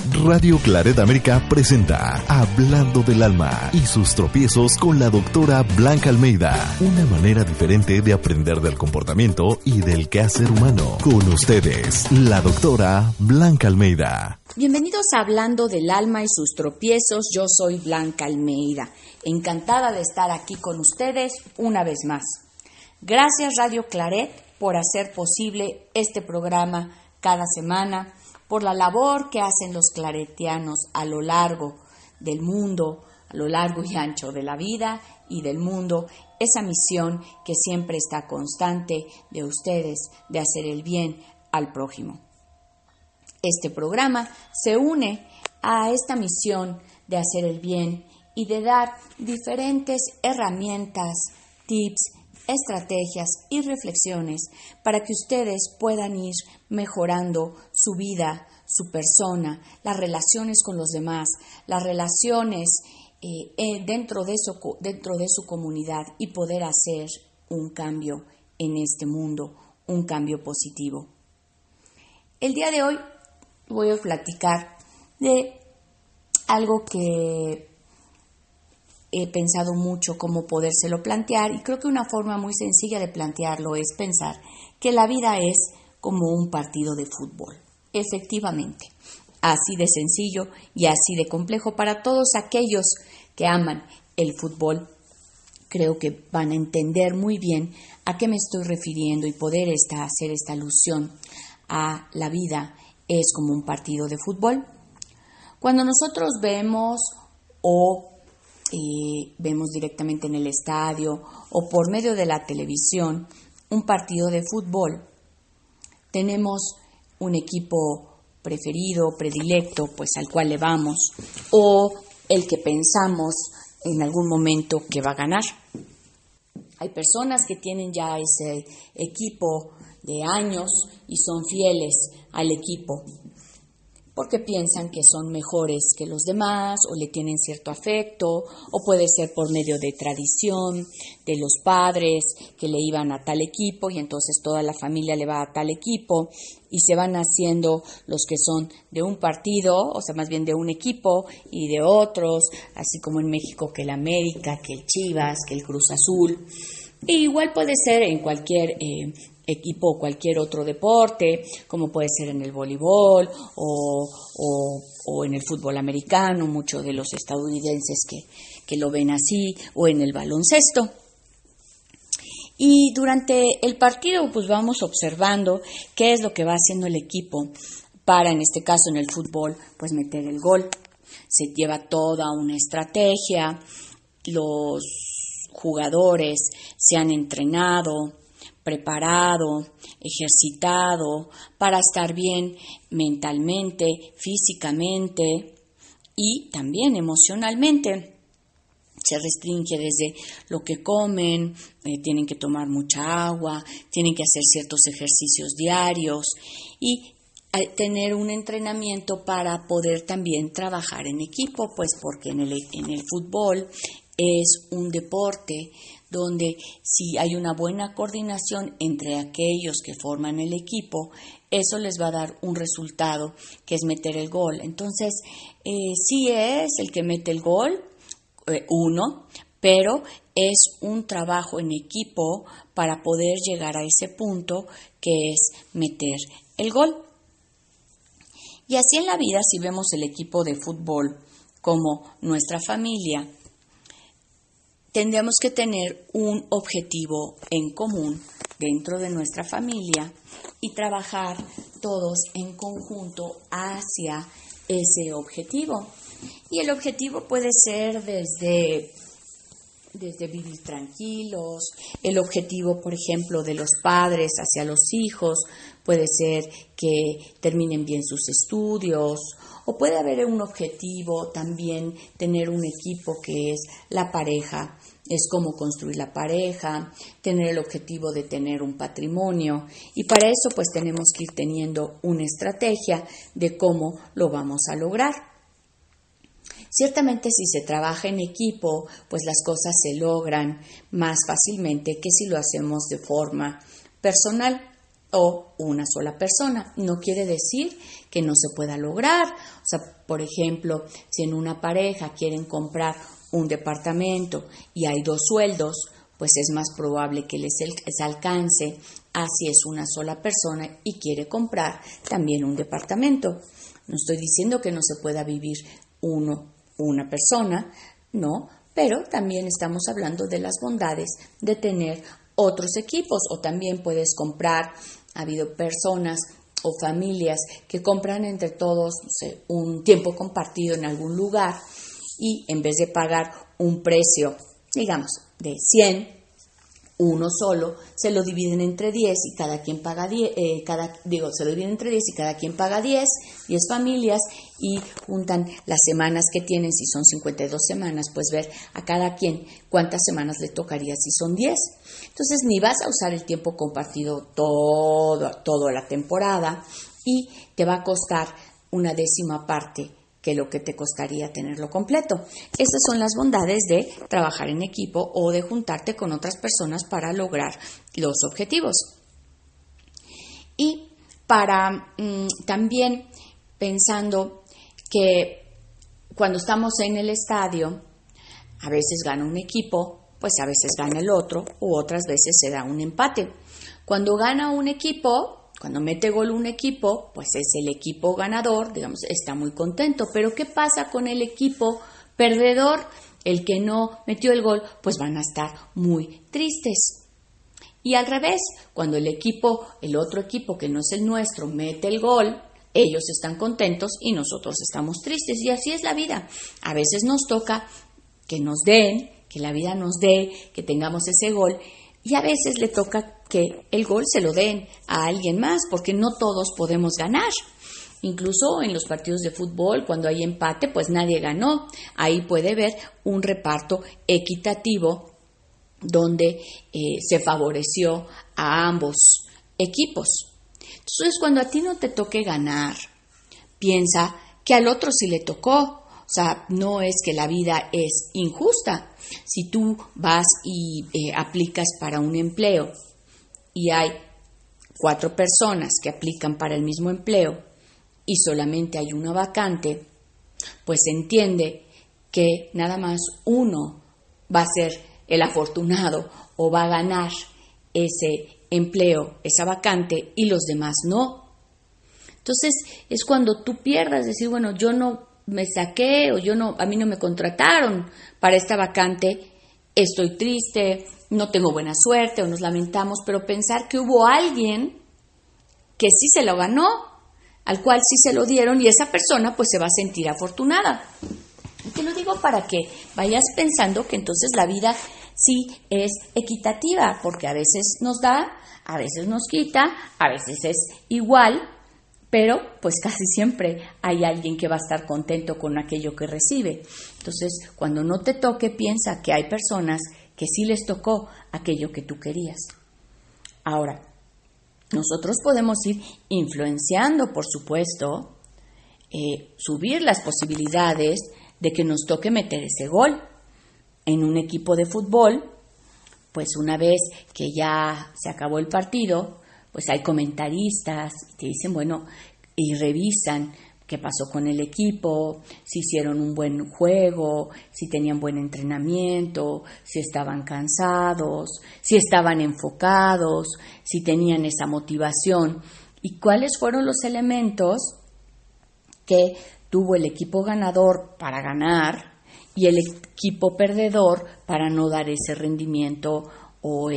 Radio Claret América presenta Hablando del Alma y sus tropiezos con la doctora Blanca Almeida. Una manera diferente de aprender del comportamiento y del quehacer humano. Con ustedes, la doctora Blanca Almeida. Bienvenidos a Hablando del Alma y sus tropiezos. Yo soy Blanca Almeida. Encantada de estar aquí con ustedes una vez más. Gracias Radio Claret por hacer posible este programa cada semana, por la labor que hacen los claretianos a lo largo del mundo, a lo largo y ancho de la vida y del mundo, esa misión que siempre está constante de ustedes de hacer el bien al prójimo. Este programa se une a esta misión de hacer el bien y de dar diferentes herramientas, tips, estrategias y reflexiones para que ustedes puedan ir mejorando su vida, su persona, las relaciones con los demás, las relaciones dentro de su comunidad y poder hacer un cambio en este mundo, un cambio positivo. El día de hoy voy a platicar de algo que he pensado mucho cómo podérselo plantear, y creo que una forma muy sencilla de plantearlo es pensar que la vida es como un partido de fútbol. Efectivamente, así de sencillo y así de complejo para todos aquellos que aman el fútbol. Creo que van a entender muy bien a qué me estoy refiriendo y poder hacer esta alusión a la vida es como un partido de fútbol. Cuando nosotros vemos vemos directamente en el estadio o por medio de la televisión un partido de fútbol, tenemos un equipo preferido, predilecto, pues al cual le vamos, o el que pensamos en algún momento que va a ganar. Hay personas que tienen ya ese equipo de años y son fieles al equipo porque piensan que son mejores que los demás o le tienen cierto afecto, o puede ser por medio de tradición de los padres que le iban a tal equipo y entonces toda la familia le va a tal equipo y se van haciendo los que son de un partido, o sea, más bien de un equipo y de otros, así como en México que el América, que el Chivas, que el Cruz Azul. E igual puede ser en cualquier equipo o cualquier otro deporte, como puede ser en el voleibol o en el fútbol americano, muchos de los estadounidenses que lo ven así, o en el baloncesto. Y durante el partido pues vamos observando qué es lo que va haciendo el equipo para, en este caso en el fútbol, pues meter el gol. Se lleva toda una estrategia, los jugadores se han entrenado, preparado, ejercitado para estar bien mentalmente, físicamente y también emocionalmente. Se restringe desde lo que comen, tienen que tomar mucha agua, tienen que hacer ciertos ejercicios diarios y tener un entrenamiento para poder también trabajar en equipo, pues porque en el fútbol es un deporte donde si hay una buena coordinación entre aquellos que forman el equipo, eso les va a dar un resultado que es meter el gol. Entonces, sí es el que mete el gol, uno, pero es un trabajo en equipo para poder llegar a ese punto que es meter el gol. Y así en la vida, si vemos el equipo de fútbol como nuestra familia, tendríamos que tener un objetivo en común dentro de nuestra familia y trabajar todos en conjunto hacia ese objetivo. Y el objetivo puede ser desde vivir tranquilos, el objetivo, por ejemplo, de los padres hacia los hijos puede ser que terminen bien sus estudios, o puede haber un objetivo también tener un equipo que es la pareja, es cómo construir la pareja, tener el objetivo de tener un patrimonio, y para eso pues tenemos que ir teniendo una estrategia de cómo lo vamos a lograr. Ciertamente si se trabaja en equipo, pues las cosas se logran más fácilmente que si lo hacemos de forma personal. o una sola persona. No quiere decir que no se pueda lograr. O sea, por ejemplo, si en una pareja quieren comprar un departamento y hay 2 sueldos, pues es más probable que les alcance a si es una sola persona y quiere comprar también un departamento. No estoy diciendo que no se pueda vivir una persona, no, pero también estamos hablando de las bondades de tener otros equipos, o también puedes comprar. Ha habido personas o familias que compran entre todos, no sé, un tiempo compartido en algún lugar, y en vez de pagar un precio, digamos, de 100, uno solo, se lo dividen entre 10 y cada quien paga 10, se lo dividen entre 10 y cada quien paga 10 familias, y juntan las semanas que tienen. Si son 52 semanas, pues ver a cada quien cuántas semanas le tocaría si son 10. Entonces ni vas a usar el tiempo compartido toda la temporada, y te va a costar una 10ª parte que lo que te costaría tenerlo completo. Esas son las bondades de trabajar en equipo o de juntarte con otras personas para lograr los objetivos. Y para también pensando que cuando estamos en el estadio, a veces gana un equipo, pues a veces gana el otro, u otras veces se da un empate. Cuando gana un equipo, cuando mete gol un equipo, pues es el equipo ganador, digamos, está muy contento. Pero ¿qué pasa con el equipo perdedor? El que no metió el gol, pues van a estar muy tristes. Y al revés, cuando el otro equipo que no es el nuestro, mete el gol, ellos están contentos y nosotros estamos tristes. Y así es la vida. A veces nos toca que nos den, que la vida nos dé, que tengamos ese gol, y a veces le toca que el gol se lo den a alguien más, porque no todos podemos ganar. Incluso en los partidos de fútbol, cuando hay empate, pues nadie ganó. Ahí puede haber un reparto equitativo donde se favoreció a ambos equipos. Entonces, cuando a ti no te toque ganar, piensa que al otro sí le tocó. O sea, no es que la vida es injusta. Si tú vas y aplicas para un empleo y hay 4 personas que aplican para el mismo empleo y solamente hay una vacante, pues se entiende que nada más uno va a ser el afortunado o va a ganar ese empleo, esa vacante, y los demás no. Entonces es cuando tú pierdas, decir, bueno, yo no me saqué, o a mí no me contrataron para esta vacante, estoy triste, no tengo buena suerte, o nos lamentamos, pero pensar que hubo alguien que sí se lo ganó, al cual sí se lo dieron, y esa persona pues se va a sentir afortunada. Y te lo digo para que vayas pensando que entonces la vida sí es equitativa, porque a veces nos da, a veces nos quita, a veces es igual, pero pues casi siempre hay alguien que va a estar contento con aquello que recibe. Entonces, cuando no te toque, piensa que hay personas que sí les tocó aquello que tú querías. Ahora, nosotros podemos ir influenciando, por supuesto, subir las posibilidades de que nos toque meter ese gol. En un equipo de fútbol, pues una vez que ya se acabó el partido, pues hay comentaristas y te dicen, bueno, y revisan qué pasó con el equipo, si hicieron un buen juego, si tenían buen entrenamiento, si estaban cansados, si estaban enfocados, si tenían esa motivación, y cuáles fueron los elementos que tuvo el equipo ganador para ganar y el equipo perdedor para no dar ese rendimiento o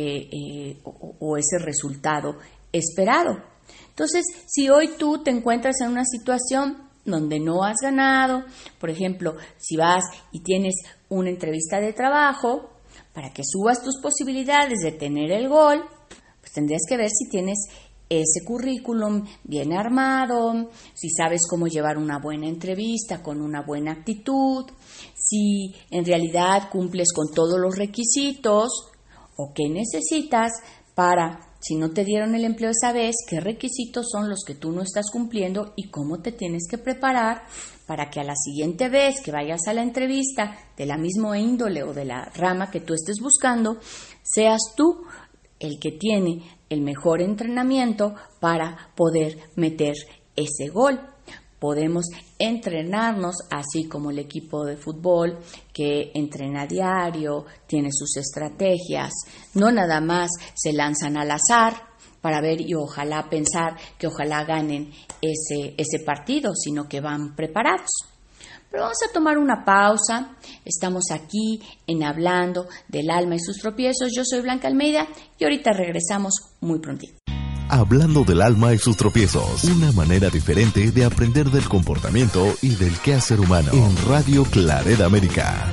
ese resultado esperado. Entonces, si hoy tú te encuentras en una situación donde no has ganado, por ejemplo, si vas y tienes una entrevista de trabajo, para que subas tus posibilidades de tener el gol, pues tendrías que ver si tienes ese currículum bien armado, si sabes cómo llevar una buena entrevista con una buena actitud, si en realidad cumples con todos los requisitos o qué necesitas para, si no te dieron el empleo esa vez, qué requisitos son los que tú no estás cumpliendo y cómo te tienes que preparar para que a la siguiente vez que vayas a la entrevista de la misma índole o de la rama que tú estés buscando, seas tú el que tiene el mejor entrenamiento para poder meter ese gol. Podemos entrenarnos así como el equipo de fútbol que entrena a diario, tiene sus estrategias, no nada más se lanzan al azar para ver y ojalá pensar que ojalá ganen ese partido, sino que van preparados. Pero vamos a tomar una pausa. Estamos aquí en Hablando del Alma y sus tropiezos. Yo soy Blanca Almeida y ahorita regresamos muy prontito. Hablando del alma y sus tropiezos, una manera diferente de aprender del comportamiento y del quehacer humano. En Radio Claret América.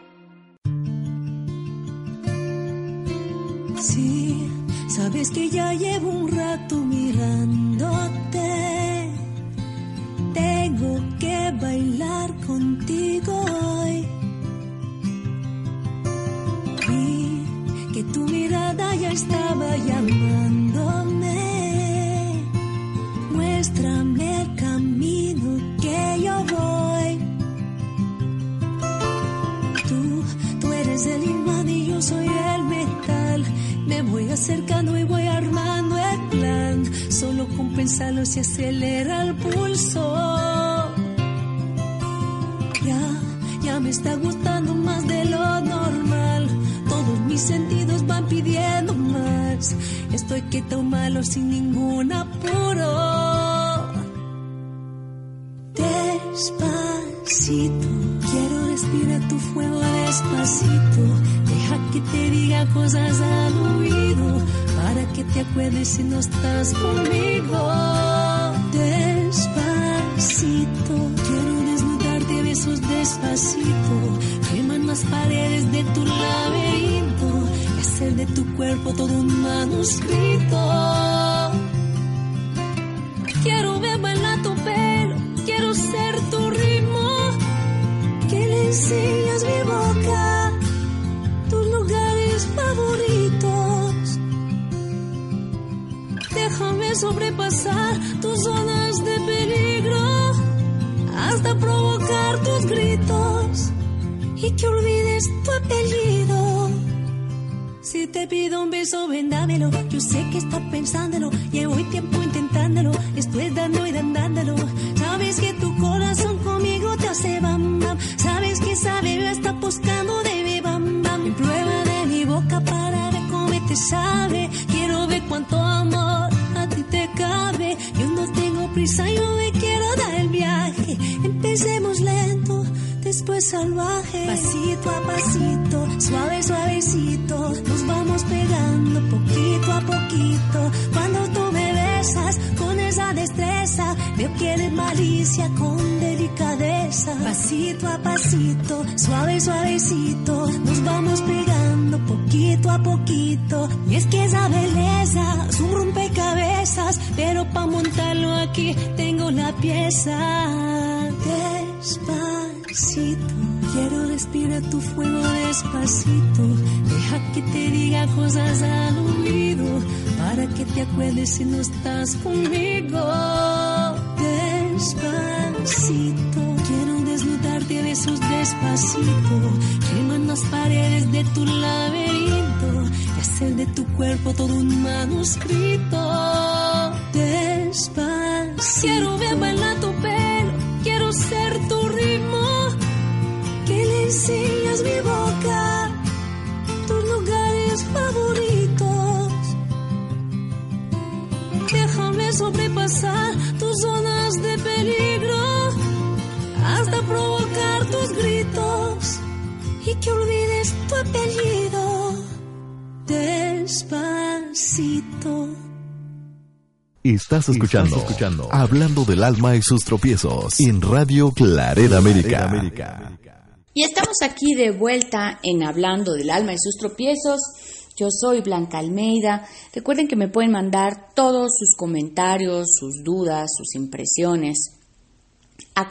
Sí, sabes que ya llevo un rato mirándote. Tengo que bailar contigo hoy. Vi que tu mirada ya estaba llamándome. Muéstrame el camino que yo voy. Tú eres el imán y yo soy el metal. Me voy acercando y voy armando el plan. Solo con pensarlo se acelera el pulso. Ya me está gustando más de lo normal. Todos mis sentidos van pidiendo más. Estoy quieto malo sin ningún apuro. Despacito, quiero respirar tu fuego despacito. Deja que te diga cosas al oído, para que te acuerdes si no estás conmigo. Despacito, quiero desnudarte a besos despacito. Quemar las paredes de tu laberinto y hacer de tu cuerpo todo un manuscrito. Quiero ver bailar tu pelo, quiero ser tu ritmo. Que le enseñas mi boca tus lugares favoritos. Déjame sobrepasar tus zonas de peligro hasta provocar tus gritos y que olvides tu apellido. Si te pido un beso, ven, dámelo. Yo sé que estás pensándolo, llevo tiempo intentándolo. Estoy dando y dándolo. Sabes que tu corazón conmigo te hace bam bam. Sabes que esa bebé está buscando de mi bam bam. Y prueba de mi boca para ver cómo te sabe. Quiero ver cuánto amor a ti te cabe. Yo no tengo prisa, yo me quiero dar el viaje. Empecemos lento, después salvaje. Pasito a pasito, suave suavecito, nos vamos pegando poquito a poquito. Cuando tú me besas con esa destreza, veo que eres malicia con delicadeza. Pasito a pasito, suave suavecito, nos vamos pegando poquito a poquito. Y es que esa belleza es un rompecabezas, pero pa' montarlo aquí tengo la pieza. Despacito, quiero respirar tu fuego despacito. Deja que te diga cosas al oído, para que te acuerdes si no estás conmigo. Despacito, quiero desnudarte a besos despacito. Quemar las paredes de tu laberinto y hacer de tu cuerpo todo un manuscrito. Despacito, quiero ver bailar tu pelo, quiero ser tu ritmo. Que le enseñas mi boca tus lugares favoritos. Déjame sobrepasar tus zonas de peligro hasta provocar tus gritos y que olvides tu apellido. Despacito. Estás escuchando Hablando del alma y sus tropiezos en Radio Claret América. Y estamos aquí de vuelta en Hablando del Alma y sus tropiezos. Yo soy Blanca Almeida. Recuerden que me pueden mandar todos sus comentarios, sus dudas, sus impresiones a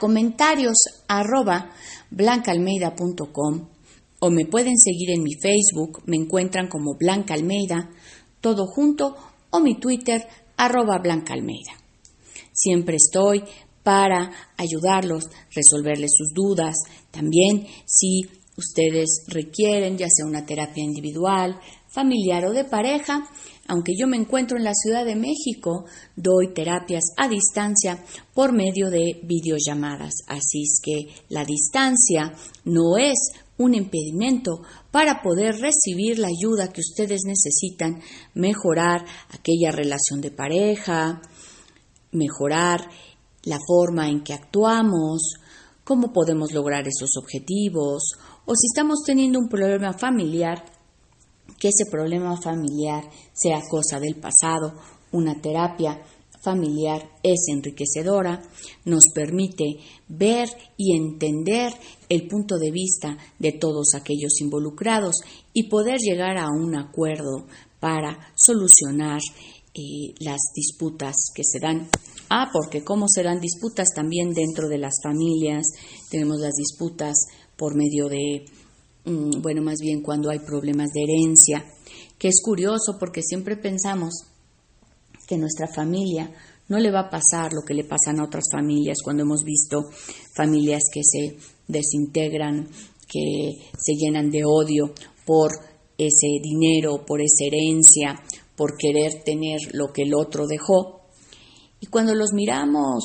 comentarios@blancaalmeida.com o me pueden seguir en mi Facebook. Me encuentran como Blanca Almeida, todo junto, o mi Twitter @Blanca Almeida. Siempre estoy para ayudarlos, resolverles sus dudas. También si ustedes requieren ya sea una terapia individual, familiar o de pareja, aunque yo me encuentro en la Ciudad de México, doy terapias a distancia por medio de videollamadas. Así es que la distancia no es un impedimento para poder recibir la ayuda que ustedes necesitan, mejorar aquella relación de pareja, mejorar la forma en que actuamos, cómo podemos lograr esos objetivos, o si estamos teniendo un problema familiar, que ese problema familiar sea cosa del pasado. Una terapia familiar es enriquecedora, nos permite ver y entender el punto de vista de todos aquellos involucrados y poder llegar a un acuerdo para solucionar las disputas que se dan. Porque cómo se dan disputas también dentro de las familias. Tenemos las disputas por medio de, más bien cuando hay problemas de herencia, que es curioso porque siempre pensamos que a nuestra familia no le va a pasar lo que le pasan a otras familias, cuando hemos visto familias que se desintegran, que se llenan de odio por ese dinero, por esa herencia, por querer tener lo que el otro dejó. Y cuando los miramos,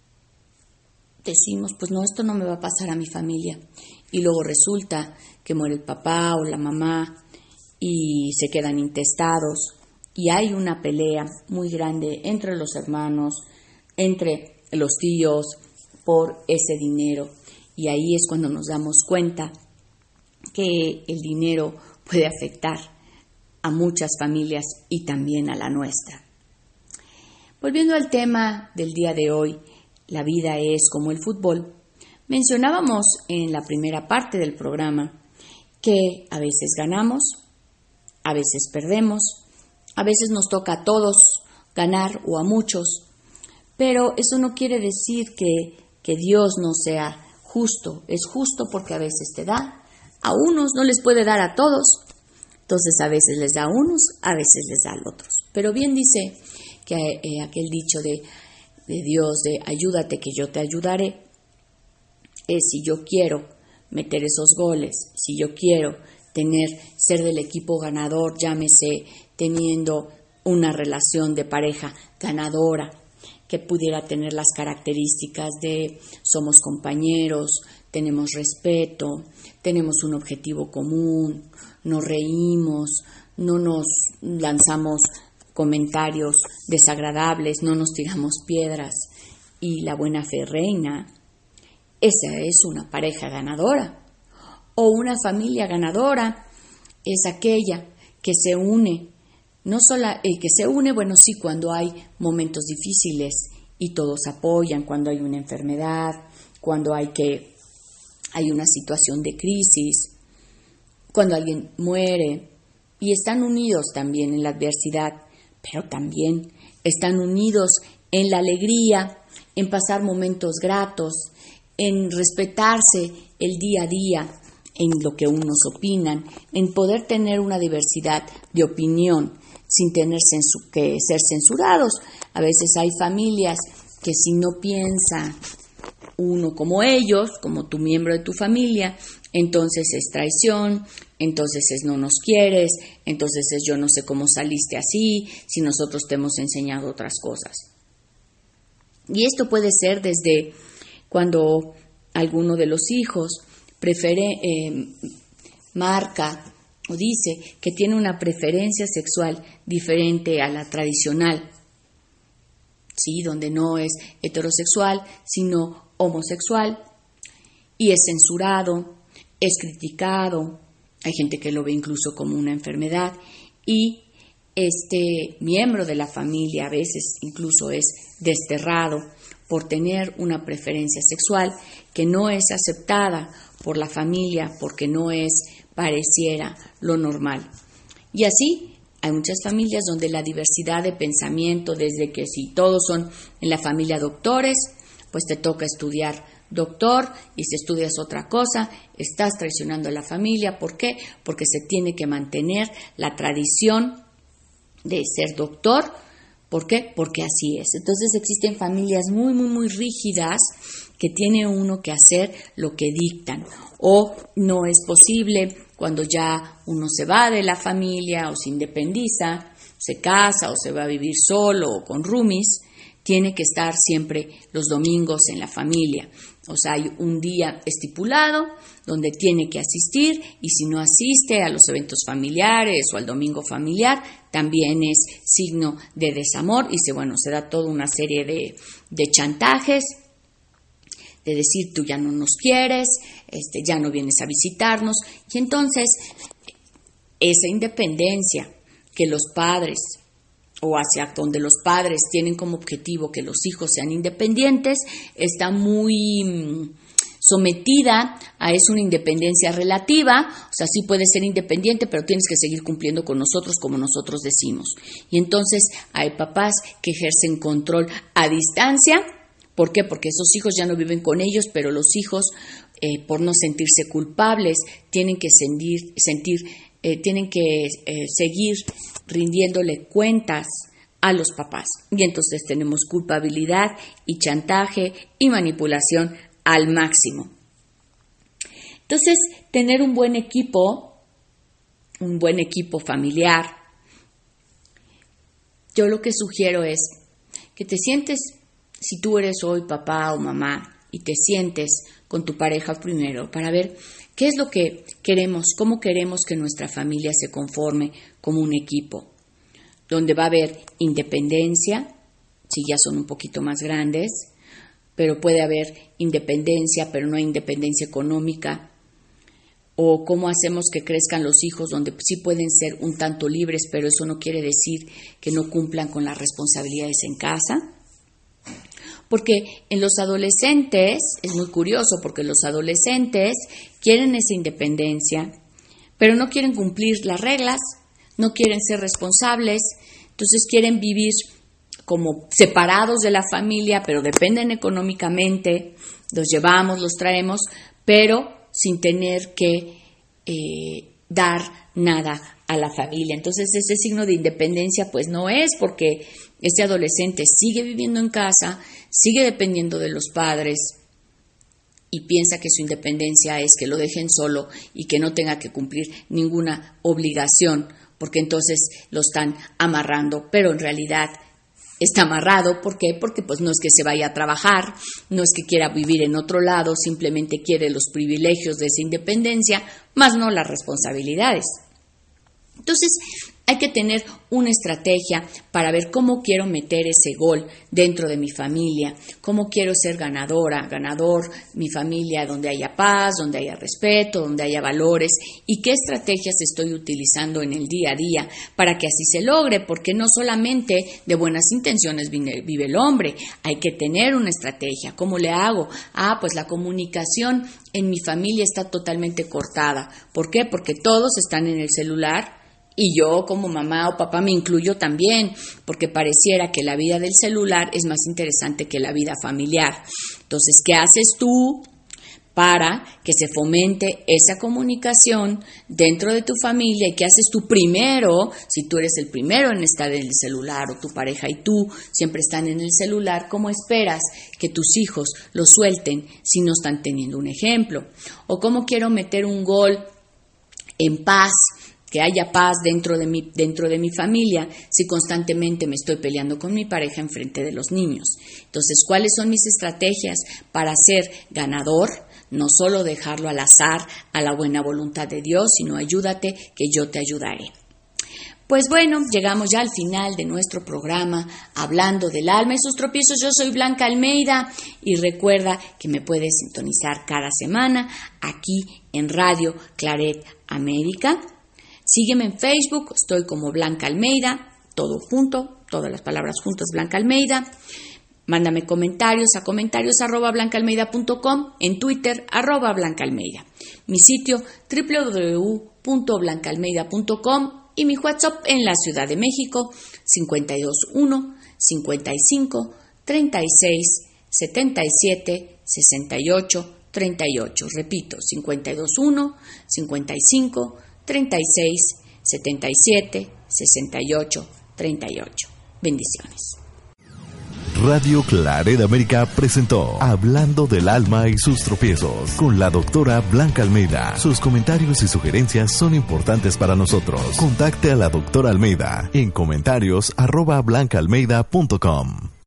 decimos, pues no, esto no me va a pasar a mi familia. Y luego resulta que muere el papá o la mamá y se quedan intestados. Y hay una pelea muy grande entre los hermanos, entre los tíos, por ese dinero. Y ahí es cuando nos damos cuenta que el dinero puede afectar a muchas familias y también a la nuestra. Volviendo al tema del día de hoy, la vida es como el fútbol. Mencionábamos en la primera parte del programa que a veces ganamos, a veces perdemos, a veces nos toca a todos ganar o a muchos, pero eso no quiere decir que Dios no sea justo. Es justo porque a veces te da, a unos no les puede dar a todos, entonces a veces les da a unos, a veces les da a otros. Pero bien dice que aquel dicho de Dios de ayúdate que yo te ayudaré, es si yo quiero meter esos goles, si yo quiero ser del equipo ganador, llámese teniendo una relación de pareja ganadora, que pudiera tener las características de somos compañeros, tenemos respeto, tenemos un objetivo común, nos reímos, no nos lanzamos comentarios desagradables, no nos tiramos piedras y la buena fe reina. Esa es una pareja ganadora. O una familia ganadora es aquella que se une, sí, cuando hay momentos difíciles y todos apoyan, cuando hay una enfermedad, cuando hay una situación de crisis, cuando alguien muere, y están unidos también en la adversidad, pero también están unidos en la alegría, en pasar momentos gratos, en respetarse el día a día, en lo que unos opinan, en poder tener una diversidad de opinión sin tener que ser censurados. A veces hay familias que si no piensa uno como ellos, como tu miembro de tu familia, entonces es traición, entonces es no nos quieres, entonces es yo no sé cómo saliste así, si nosotros te hemos enseñado otras cosas. Y esto puede ser desde cuando alguno de los hijos marca o dice que tiene una preferencia sexual diferente a la tradicional, ¿sí? Donde no es heterosexual, sino homosexual, y es censurado, es criticado, hay gente que lo ve incluso como una enfermedad, y este miembro de la familia a veces incluso es desterrado por tener una preferencia sexual que no es aceptada por la familia porque no pareciera lo normal. Y así hay muchas familias donde la diversidad de pensamiento, desde que si todos son en la familia doctores, pues te toca estudiar doctor, y si estudias otra cosa, estás traicionando a la familia. ¿Por qué? Porque se tiene que mantener la tradición de ser doctor. ¿Por qué? Porque así es. Entonces existen familias muy, muy, muy rígidas que tiene uno que hacer lo que dictan. O no es posible cuando ya uno se va de la familia o se independiza, se casa o se va a vivir solo o con roomies, tiene que estar siempre los domingos en la familia. O sea, hay un día estipulado donde tiene que asistir, y si no asiste a los eventos familiares o al domingo familiar, también es signo de desamor, y se da toda una serie de chantajes, de decir tú ya no nos quieres, ya no vienes a visitarnos. Y entonces esa independencia que los padres, o hacia donde los padres tienen como objetivo que los hijos sean independientes, está muy sometida a una independencia relativa. O sea, sí puedes ser independiente, pero tienes que seguir cumpliendo con nosotros como nosotros decimos. Y entonces hay papás que ejercen control a distancia. ¿Por qué? Porque esos hijos ya no viven con ellos, pero los hijos, por no sentirse culpables, tienen que seguir rindiéndole cuentas a los papás. Y entonces tenemos culpabilidad y chantaje y manipulación al máximo. Entonces, tener un buen equipo familiar, yo lo que sugiero es que te sientes, si tú eres hoy papá o mamá, y te sientes con tu pareja primero para ver qué es lo que queremos, cómo queremos que nuestra familia se conforme como un equipo, donde va a haber independencia, si ya son un poquito más grandes, pero puede haber independencia, pero no hay independencia económica, o cómo hacemos que crezcan los hijos donde sí pueden ser un tanto libres, pero eso no quiere decir que no cumplan con las responsabilidades en casa. Porque en los adolescentes, es muy curioso, porque los adolescentes quieren esa independencia, pero no quieren cumplir las reglas, no quieren ser responsables, entonces quieren vivir como separados de la familia, pero dependen económicamente, los llevamos, los traemos, pero sin tener que dar nada a la familia. Entonces ese signo de independencia pues no es, porque este adolescente sigue viviendo en casa, sigue dependiendo de los padres y piensa que su independencia es que lo dejen solo y que no tenga que cumplir ninguna obligación, porque entonces lo están amarrando, pero en realidad está amarrado. ¿Por qué? Porque pues no es que se vaya a trabajar, no es que quiera vivir en otro lado, simplemente quiere los privilegios de esa independencia, más no las responsabilidades. Entonces hay que tener una estrategia para ver cómo quiero meter ese gol dentro de mi familia, cómo quiero ser ganador, mi familia donde haya paz, donde haya respeto, donde haya valores, y qué estrategias estoy utilizando en el día a día para que así se logre, porque no solamente de buenas intenciones vive el hombre, hay que tener una estrategia. ¿Cómo le hago? Pues la comunicación en mi familia está totalmente cortada. ¿Por qué? Porque todos están en el celular. Y yo como mamá o papá me incluyo también, porque pareciera que la vida del celular es más interesante que la vida familiar. Entonces, ¿qué haces tú para que se fomente esa comunicación dentro de tu familia? ¿Y qué haces tú primero? Si tú eres el primero en estar en el celular, o tu pareja y tú siempre están en el celular, ¿cómo esperas que tus hijos lo suelten si no están teniendo un ejemplo? ¿O cómo quiero meter un gol en paz, que haya paz dentro de mi familia, si constantemente me estoy peleando con mi pareja enfrente de los niños? Entonces, ¿cuáles son mis estrategias para ser ganador? No solo dejarlo al azar, a la buena voluntad de Dios, sino ayúdate, que yo te ayudaré. Pues bueno, llegamos ya al final de nuestro programa Hablando del Alma y sus tropiezos. Yo soy Blanca Almeida y recuerda que me puedes sintonizar cada semana aquí en Radio Claret América. Sígueme en Facebook, estoy como Blanca Almeida, todo junto, todas las palabras juntas, Blanca Almeida. Mándame comentarios a comentarios@blancaalmeida.com, en Twitter @blancaalmeida. Mi sitio www.blancaalmeida.com y mi WhatsApp en la Ciudad de México 521 55 36 77 68 38. Repito, 521 55 36 77 68 38. Bendiciones. Radio Claret América presentó Hablando del Alma y sus tropiezos con la doctora Blanca Almeida. Sus comentarios y sugerencias son importantes para nosotros. Contacte a la doctora Almeida en comentarios @blancaalmeida.com.